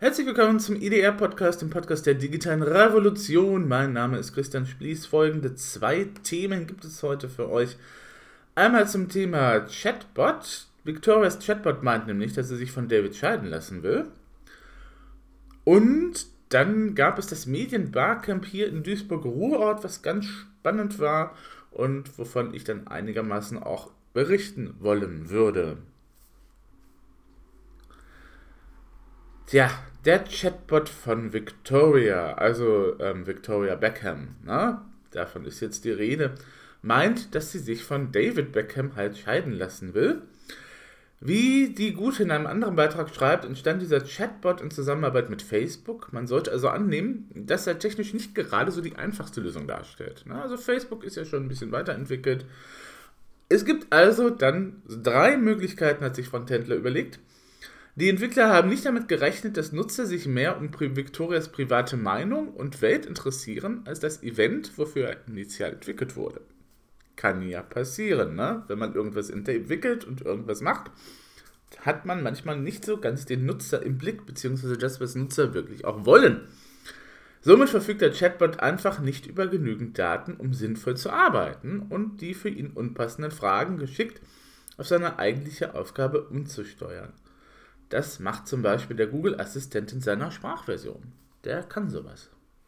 Herzlich willkommen zum IDR-Podcast, dem Podcast der digitalen Revolution. Mein Name ist Christian Splies. Folgende 2 Themen gibt es heute für euch. Einmal zum Thema Chatbot. Victorias Chatbot meint nämlich, dass sie sich von David scheiden lassen will. Und dann gab es das Medien-Barcamp hier in Duisburg-Ruhrort, was ganz spannend war und wovon ich dann einigermaßen auch berichten wollen würde. Tja, der Chatbot von Victoria, also Victoria Beckham, davon ist jetzt die Rede, meint, dass sie sich von David Beckham halt scheiden lassen will. Wie die Gute in einem anderen Beitrag schreibt, entstand dieser Chatbot in Zusammenarbeit mit Facebook. Man sollte also annehmen, dass er technisch nicht gerade so die einfachste Lösung darstellt. Also Facebook ist ja schon ein bisschen weiterentwickelt. Es gibt also dann 3 Möglichkeiten, hat sich Frontendler überlegt. Die Entwickler haben nicht damit gerechnet, dass Nutzer sich mehr um Victorias private Meinung und Welt interessieren, als das Event, wofür er initial entwickelt wurde. Kann ja passieren, ne? Wenn man irgendwas entwickelt und irgendwas macht, hat man manchmal nicht so ganz den Nutzer im Blick, beziehungsweise das, was Nutzer wirklich auch wollen. Somit verfügt der Chatbot einfach nicht über genügend Daten, um sinnvoll zu arbeiten und die für ihn unpassenden Fragen geschickt auf seine eigentliche Aufgabe umzusteuern. Das macht zum Beispiel der Google-Assistent in seiner Sprachversion. Der kann sowas.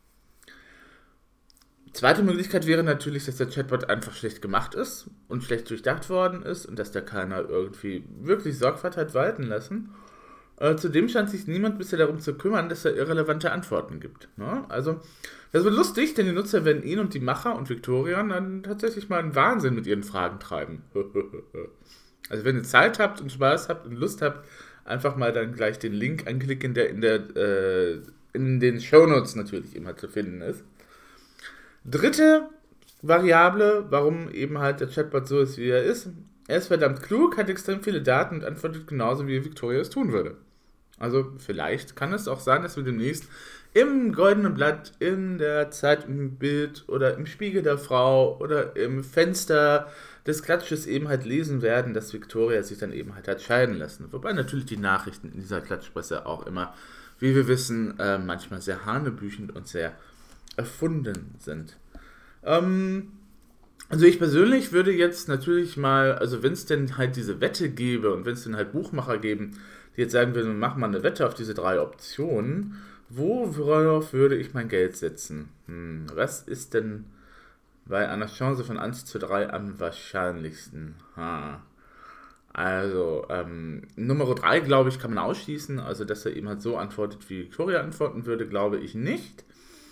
Zweite Möglichkeit wäre natürlich, dass der Chatbot einfach schlecht gemacht ist und schlecht durchdacht worden ist und dass der keiner irgendwie wirklich Sorgfalt hat walten lassen. Zudem scheint sich niemand bisher darum zu kümmern, dass er irrelevante Antworten gibt. Also, das wird lustig, denn die Nutzer werden ihn und die Macher und Victoria dann tatsächlich mal einen Wahnsinn mit ihren Fragen treiben. Also, wenn ihr Zeit habt und Spaß habt und Lust habt, einfach mal dann gleich den Link anklicken, der in den Shownotes natürlich immer zu finden ist. Dritte Variable, warum eben halt der Chatbot so ist, wie er ist. Er ist verdammt klug, hat extrem viele Daten und antwortet genauso, wie Victoria es tun würde. Also vielleicht kann es auch sein, dass wir demnächst im Goldenen Blatt, in der Zeit im Bild oder im Spiegel der Frau oder im Fenster des Klatsches eben halt lesen werden, dass Victoria sich dann eben halt hat scheiden lassen. Wobei natürlich die Nachrichten in dieser Klatschpresse auch immer, wie wir wissen, manchmal sehr hanebüchend und sehr erfunden sind. Also ich persönlich würde jetzt natürlich mal, also wenn es denn halt diese Wette gäbe und wenn es denn halt Buchmacher geben, die jetzt sagen würden, mach mal eine Wette auf diese 3 Optionen, worauf würde ich mein Geld setzen? Was ist denn bei einer Chance von 1:3 am wahrscheinlichsten? Also, Nummer 3, glaube ich, kann man ausschließen. Also, dass er eben halt so antwortet, wie Victoria antworten würde, glaube ich nicht.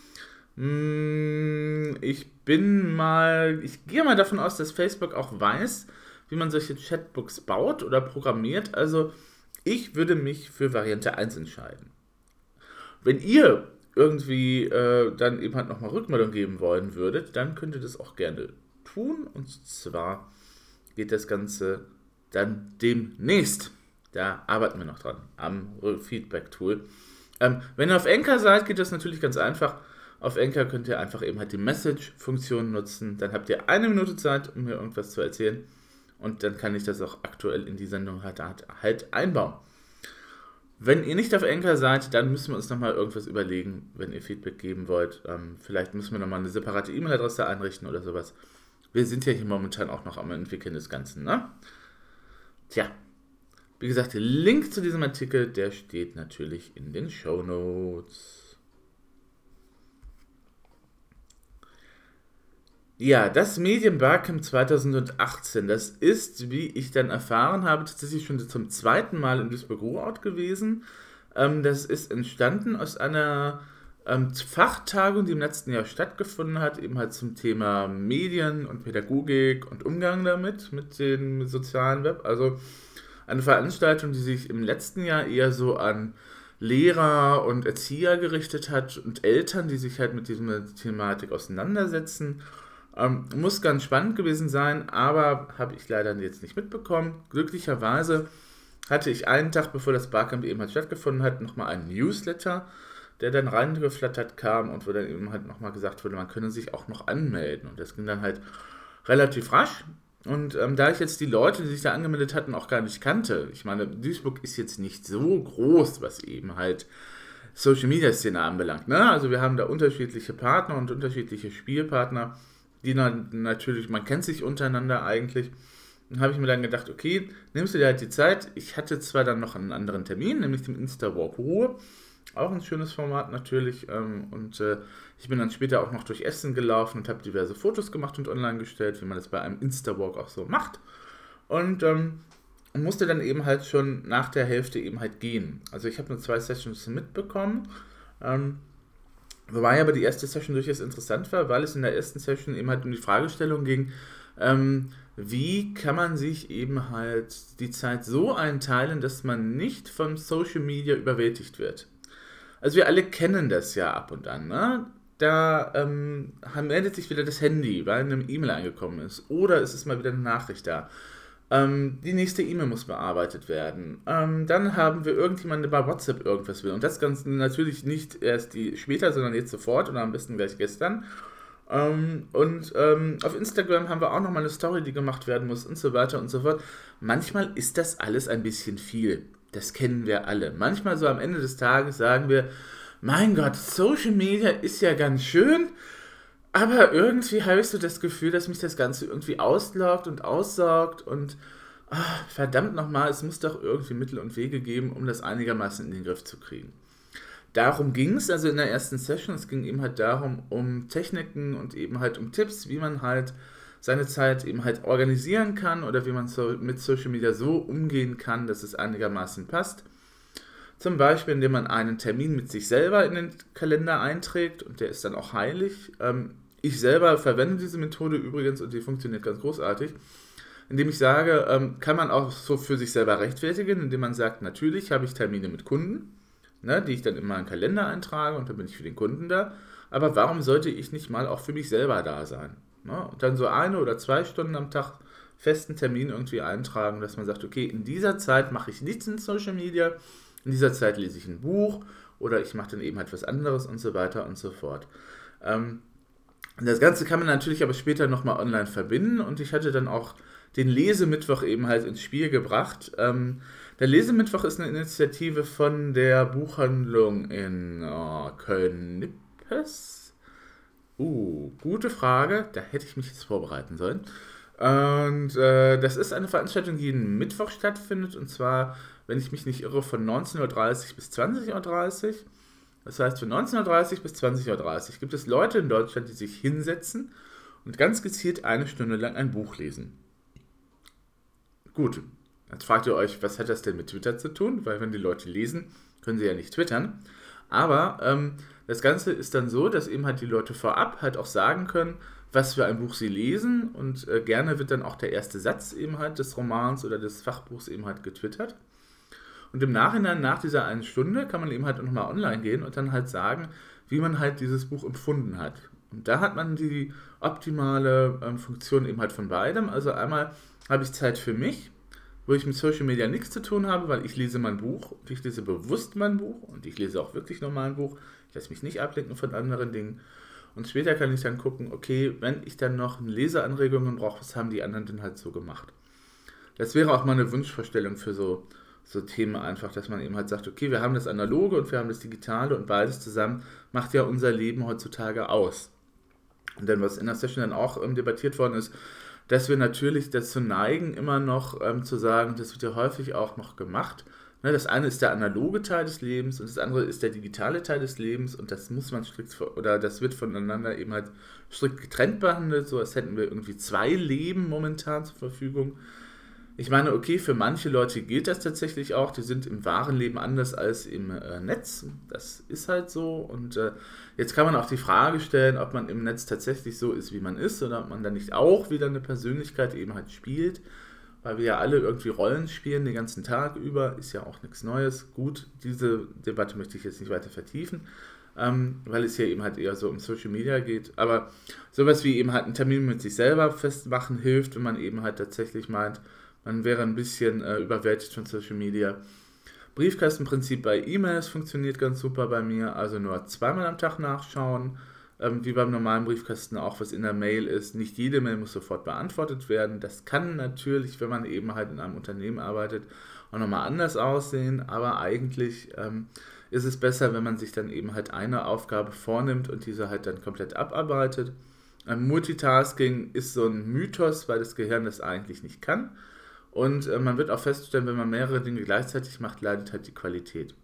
Ich gehe mal davon aus, dass Facebook auch weiß, wie man solche Chatbooks baut oder programmiert. Also, ich würde mich für Variante 1 entscheiden. Wenn ihr irgendwie dann eben halt nochmal Rückmeldung geben wollen würdet, dann könnt ihr das auch gerne tun. Und zwar geht das Ganze dann demnächst. Da arbeiten wir noch dran, am Feedback-Tool. Wenn ihr auf Anchor seid, geht das natürlich ganz einfach. Auf Anchor könnt ihr einfach eben halt die Message-Funktion nutzen. Dann habt ihr 1 Minute Zeit, um mir irgendwas zu erzählen. Und dann kann ich das auch aktuell in die Sendung halt einbauen. Wenn ihr nicht auf Anchor seid, dann müssen wir uns nochmal irgendwas überlegen, wenn ihr Feedback geben wollt. Vielleicht müssen wir nochmal eine separate E-Mail-Adresse einrichten oder sowas. Wir sind ja hier momentan auch noch am Entwickeln des Ganzen, ne? Tja, wie gesagt, der Link zu diesem Artikel, der steht natürlich in den Shownotes. Ja, das Medien-Barcamp 2018, das ist, wie ich dann erfahren habe, tatsächlich schon zum 2. Mal in Duisburg-Ruhrort gewesen. Das ist entstanden aus einer Fachtagung, die im letzten Jahr stattgefunden hat, eben halt zum Thema Medien und Pädagogik und Umgang damit, mit dem sozialen Web. Also eine Veranstaltung, die sich im letzten Jahr eher so an Lehrer und Erzieher gerichtet hat und Eltern, die sich halt mit dieser Thematik auseinandersetzen. Muss ganz spannend gewesen sein, aber habe ich leider jetzt nicht mitbekommen. Glücklicherweise hatte ich einen Tag, bevor das Barcamp eben halt stattgefunden hat, nochmal einen Newsletter, der dann reingeflattert kam und wo dann eben halt nochmal gesagt wurde, man könne sich auch noch anmelden. Und das ging dann halt relativ rasch. Und da ich jetzt die Leute, die sich da angemeldet hatten, auch gar nicht kannte, ich meine, Duisburg ist jetzt nicht so groß, was eben halt Social-Media-Szene anbelangt. Ne? Also wir haben da unterschiedliche Partner und unterschiedliche Spielpartner, die natürlich, man kennt sich untereinander eigentlich. Dann habe ich mir dann gedacht, okay, nimmst du dir halt die Zeit. Ich hatte zwar dann noch einen anderen Termin, nämlich den Insta-Walk Ruhe. Auch ein schönes Format natürlich. Ich bin dann später auch noch durch Essen gelaufen und habe diverse Fotos gemacht und online gestellt, wie man das bei einem Insta-Walk auch so macht. Und musste dann eben halt schon nach der Hälfte eben halt gehen. Also ich habe nur 2 Sessions mitbekommen. Ähm, Wobei aber die erste Session durchaus interessant war, weil es in der ersten Session eben halt um die Fragestellung ging, wie kann man sich eben halt die Zeit so einteilen, dass man nicht von Social Media überwältigt wird. Also wir alle kennen das ja ab und an, ne? Da meldet sich wieder das Handy, weil eine E-Mail angekommen ist. Oder es ist mal wieder eine Nachricht da. Die nächste E-Mail muss bearbeitet werden. Dann haben wir irgendjemanden, der bei WhatsApp irgendwas will. Und das Ganze natürlich nicht erst später, sondern jetzt sofort oder am besten gleich gestern. Auf Instagram haben wir auch nochmal eine Story, die gemacht werden muss und so weiter und so fort. Manchmal ist das alles ein bisschen viel. Das kennen wir alle. Manchmal so am Ende des Tages sagen wir, mein Gott, Social Media ist ja ganz schön, aber irgendwie habe ich so das Gefühl, dass mich das Ganze irgendwie auslaugt und aussaugt und verdammt nochmal, es muss doch irgendwie Mittel und Wege geben, um das einigermaßen in den Griff zu kriegen. Darum ging es also in der ersten Session. Es ging eben halt darum, um Techniken und eben halt um Tipps, wie man halt seine Zeit eben halt organisieren kann oder wie man mit Social Media so umgehen kann, dass es einigermaßen passt. Zum Beispiel, indem man einen Termin mit sich selber in den Kalender einträgt und der ist dann auch heilig. Ich selber verwende diese Methode übrigens und die funktioniert ganz großartig, indem ich sage, kann man auch so für sich selber rechtfertigen, indem man sagt, natürlich habe ich Termine mit Kunden, ne, die ich dann in meinen Kalender eintrage und dann bin ich für den Kunden da, aber warum sollte ich nicht mal auch für mich selber da sein? Ne? Und dann so 1 oder 2 Stunden am Tag festen Termin irgendwie eintragen, dass man sagt, okay, in dieser Zeit mache ich nichts in Social Media, in dieser Zeit lese ich ein Buch oder ich mache dann eben halt was anderes und so weiter und so fort. Das Ganze kann man natürlich aber später nochmal online verbinden und ich hatte dann auch den Lesemittwoch eben halt ins Spiel gebracht. Der Lesemittwoch ist eine Initiative von der Buchhandlung in Köln-Nippes. Gute Frage, da hätte ich mich jetzt vorbereiten sollen. Und das ist eine Veranstaltung, die jeden Mittwoch stattfindet und zwar, wenn ich mich nicht irre, von 19.30 Uhr bis 20.30 Uhr. Das heißt, von 19.30 Uhr bis 20.30 Uhr gibt es Leute in Deutschland, die sich hinsetzen und ganz gezielt 1 Stunde lang ein Buch lesen. Gut, jetzt fragt ihr euch, was hat das denn mit Twitter zu tun? Weil wenn die Leute lesen, können sie ja nicht twittern. Aber das Ganze ist dann so, dass eben halt die Leute vorab halt auch sagen können, was für ein Buch sie lesen und gerne wird dann auch der erste Satz eben halt des Romans oder des Fachbuchs eben halt getwittert. Und im Nachhinein, nach dieser 1 Stunde, kann man eben halt nochmal online gehen und dann halt sagen, wie man halt dieses Buch empfunden hat. Und da hat man die optimale Funktion eben halt von beidem. Also einmal habe ich Zeit für mich, wo ich mit Social Media nichts zu tun habe, weil ich lese mein Buch und ich lese bewusst mein Buch und ich lese auch wirklich nur mein Buch. Ich lasse mich nicht ablenken von anderen Dingen. Und später kann ich dann gucken, okay, wenn ich dann noch Leseanregungen brauche, was haben die anderen denn halt so gemacht? Das wäre auch mal eine Wunschvorstellung für so Themen einfach, dass man eben halt sagt, okay, wir haben das Analoge und wir haben das Digitale und beides zusammen macht ja unser Leben heutzutage aus. Und dann, was in der Session dann auch debattiert worden ist, dass wir natürlich dazu neigen, immer noch zu sagen, das wird ja häufig auch noch gemacht. Ne, das eine ist der analoge Teil des Lebens und das andere ist der digitale Teil des Lebens und das muss man das wird voneinander eben halt strikt getrennt behandelt, so als hätten wir irgendwie 2 Leben momentan zur Verfügung. Ich meine, okay, für manche Leute gilt das tatsächlich auch, die sind im wahren Leben anders als im Netz, das ist halt so und jetzt kann man auch die Frage stellen, ob man im Netz tatsächlich so ist, wie man ist oder ob man dann nicht auch wieder eine Persönlichkeit eben halt spielt, weil wir ja alle irgendwie Rollen spielen den ganzen Tag über, ist ja auch nichts Neues. Gut, diese Debatte möchte ich jetzt nicht weiter vertiefen, weil es hier eben halt eher so um Social Media geht, aber sowas wie eben halt einen Termin mit sich selber festmachen hilft, wenn man eben halt tatsächlich meint, man wäre ein bisschen überwältigt von Social Media. Briefkastenprinzip bei E-Mails funktioniert ganz super bei mir, also nur 2-mal am Tag nachschauen, wie beim normalen Briefkasten auch, was in der Mail ist. Nicht jede Mail muss sofort beantwortet werden. Das kann natürlich, wenn man eben halt in einem Unternehmen arbeitet, auch nochmal anders aussehen, aber eigentlich ist es besser, wenn man sich dann eben halt eine Aufgabe vornimmt und diese halt dann komplett abarbeitet. Multitasking ist so ein Mythos, weil das Gehirn das eigentlich nicht kann. Und man wird auch feststellen, wenn man mehrere Dinge gleichzeitig macht, leidet halt die Qualität.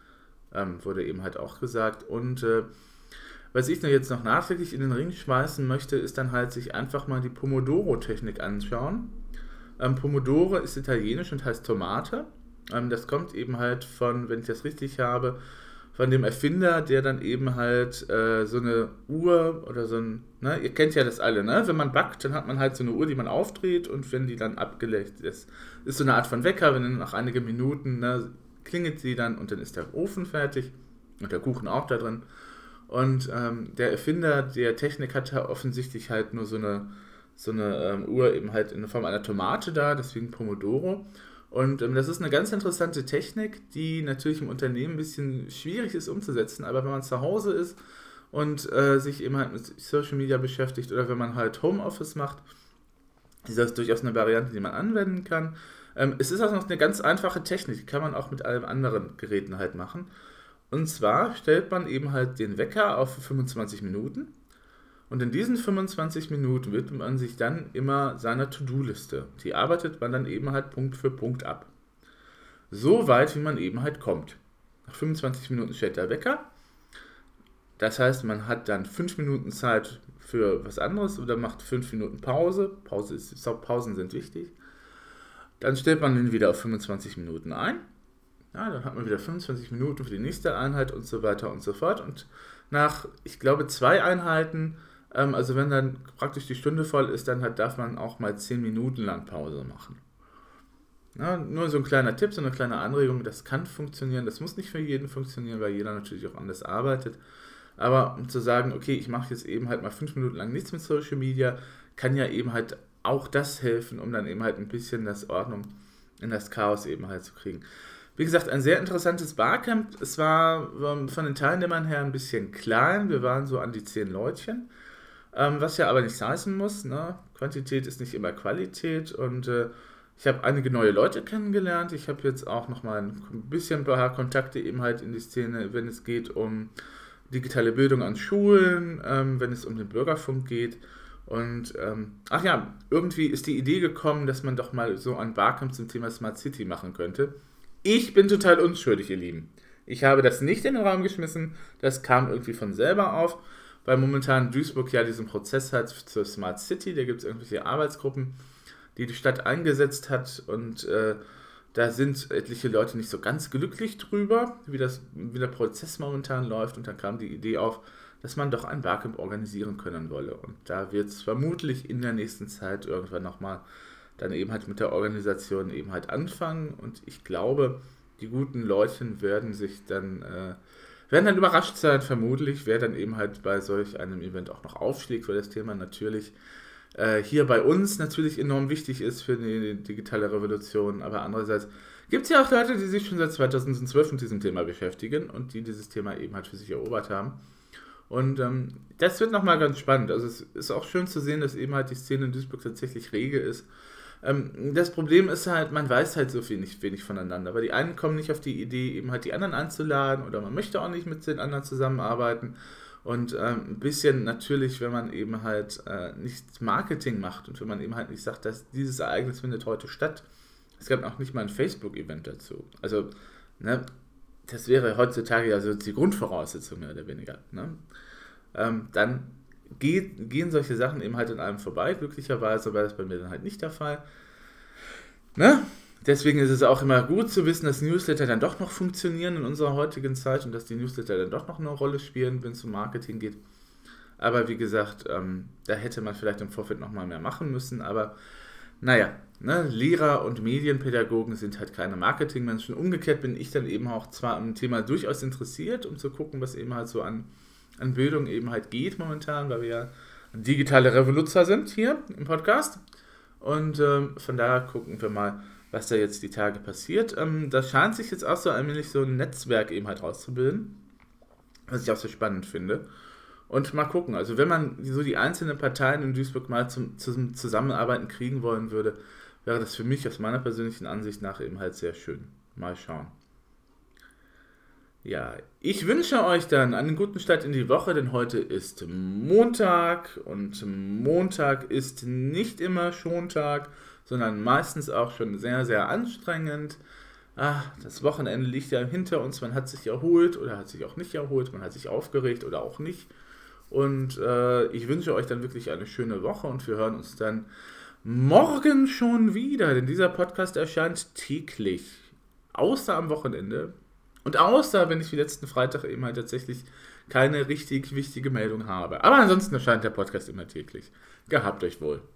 Wurde eben halt auch gesagt. Und was ich jetzt noch nachträglich in den Ring schmeißen möchte, ist dann halt sich einfach mal die Pomodoro-Technik anschauen. Pomodoro ist italienisch und heißt Tomate. Das kommt eben halt von, wenn ich das richtig habe, von dem Erfinder, der dann eben halt so eine Uhr oder so ein, ne, ihr kennt ja das alle, ne? Wenn man backt, dann hat man halt so eine Uhr, die man aufdreht und wenn die dann abgelegt ist so eine Art von Wecker, wenn dann nach einigen Minuten, ne, klingelt sie dann und dann ist der Ofen fertig und der Kuchen auch da drin. Und der Erfinder der Technik hatte offensichtlich halt nur so eine Uhr eben halt in Form einer Tomate da, deswegen Pomodoro. Und das ist eine ganz interessante Technik, die natürlich im Unternehmen ein bisschen schwierig ist umzusetzen, aber wenn man zu Hause ist und sich eben halt mit Social Media beschäftigt oder wenn man halt Homeoffice macht, ist das durchaus eine Variante, die man anwenden kann. Es ist auch noch eine ganz einfache Technik, die kann man auch mit allen anderen Geräten halt machen. Und zwar stellt man eben halt den Wecker auf 25 Minuten und in diesen 25 Minuten widmet man sich dann immer seiner To-Do-Liste. Die arbeitet man dann eben halt Punkt für Punkt ab. So weit, wie man eben halt kommt. Nach 25 Minuten stellt der Wecker. Das heißt, man hat dann 5 Minuten Zeit für was anderes oder macht 5 Minuten Pause. Pausen sind wichtig. Dann stellt man ihn wieder auf 25 Minuten ein. Ja, dann hat man wieder 25 Minuten für die nächste Einheit und so weiter und so fort. Und nach, ich glaube, 2 Einheiten, also wenn dann praktisch die Stunde voll ist, dann halt darf man auch mal 10 Minuten lang Pause machen. Ja, nur so ein kleiner Tipp, so eine kleine Anregung, das kann funktionieren, das muss nicht für jeden funktionieren, weil jeder natürlich auch anders arbeitet. Aber um zu sagen, okay, ich mache jetzt eben halt mal 5 Minuten lang nichts mit Social Media, kann ja eben halt auch das helfen, um dann eben halt ein bisschen das Ordnung in das Chaos eben halt zu kriegen. Wie gesagt, ein sehr interessantes Barcamp. Es war von den Teilnehmern her ein bisschen klein. Wir waren so an die 10 Leutchen. Was ja aber nicht heißen muss. Ne? Quantität ist nicht immer Qualität. Und ich habe einige neue Leute kennengelernt. Ich habe jetzt auch nochmal ein bisschen ein paar Kontakte eben halt in die Szene, wenn es geht um digitale Bildung an Schulen, wenn es um den Bürgerfunk geht. Und, ach ja, irgendwie ist die Idee gekommen, dass man doch mal so ein Barcamp zum Thema Smart City machen könnte. Ich bin total unschuldig, ihr Lieben. Ich habe das nicht in den Raum geschmissen, das kam irgendwie von selber auf, weil momentan Duisburg ja diesen Prozess hat zur Smart City, da gibt es irgendwelche Arbeitsgruppen, die Stadt eingesetzt hat und da sind etliche Leute nicht so ganz glücklich drüber, wie der Prozess momentan läuft und dann kam die Idee auf, dass man doch ein Barcamp organisieren können wolle und da wird es vermutlich in der nächsten Zeit irgendwann nochmal dann eben halt mit der Organisation eben halt anfangen und ich glaube, die guten Leutchen werden dann überrascht sein, vermutlich, wer dann eben halt bei solch einem Event auch noch aufschlägt, weil das Thema natürlich hier bei uns natürlich enorm wichtig ist für die digitale Revolution, aber andererseits gibt es ja auch Leute, die sich schon seit 2012 mit diesem Thema beschäftigen und die dieses Thema eben halt für sich erobert haben. Und das wird nochmal ganz spannend. Also es ist auch schön zu sehen, dass eben halt die Szene in Duisburg tatsächlich rege ist. Das Problem ist halt, man weiß halt so wenig voneinander, weil die einen kommen nicht auf die Idee, eben halt die anderen einzuladen oder man möchte auch nicht mit den anderen zusammenarbeiten und ein bisschen natürlich, wenn man eben halt nicht Marketing macht und wenn man eben halt nicht sagt, dass dieses Ereignis findet heute statt, es gab auch nicht mal ein Facebook-Event dazu. Also, ne, das wäre heutzutage ja so die Grundvoraussetzung mehr oder weniger. Ne? Dann gehen solche Sachen eben halt an einem vorbei. Glücklicherweise war das bei mir dann halt nicht der Fall. Ne? Deswegen ist es auch immer gut zu wissen, dass Newsletter dann doch noch funktionieren in unserer heutigen Zeit und dass die Newsletter dann doch noch eine Rolle spielen, wenn es um Marketing geht. Aber wie gesagt, da hätte man vielleicht im Vorfeld nochmal mehr machen müssen. Aber naja, ne? Lehrer und Medienpädagogen sind halt keine Marketingmenschen. Umgekehrt bin ich dann eben auch zwar am Thema durchaus interessiert, um zu gucken, was eben halt so an Bildung eben halt geht momentan, weil wir ja digitale Revoluzer sind hier im Podcast. Und von daher gucken wir mal, was da jetzt die Tage passiert. Da scheint sich jetzt auch so allmählich so ein Netzwerk eben halt rauszubilden, was ich auch so spannend finde. Und mal gucken, also wenn man so die einzelnen Parteien in Duisburg mal zum Zusammenarbeiten kriegen wollen würde, wäre das für mich aus meiner persönlichen Ansicht nach eben halt sehr schön. Mal schauen. Ja, ich wünsche euch dann einen guten Start in die Woche, denn heute ist Montag und Montag ist nicht immer Schontag, sondern meistens auch schon sehr, sehr anstrengend. Das Wochenende liegt ja hinter uns, man hat sich erholt oder hat sich auch nicht erholt, man hat sich aufgeregt oder auch nicht. Und ich wünsche euch dann wirklich eine schöne Woche und wir hören uns dann morgen schon wieder, denn dieser Podcast erscheint täglich, außer am Wochenende. Und außer, wenn ich wie letzten Freitag eben halt tatsächlich keine richtig wichtige Meldung habe. Aber ansonsten erscheint der Podcast immer täglich. Gehabt euch wohl.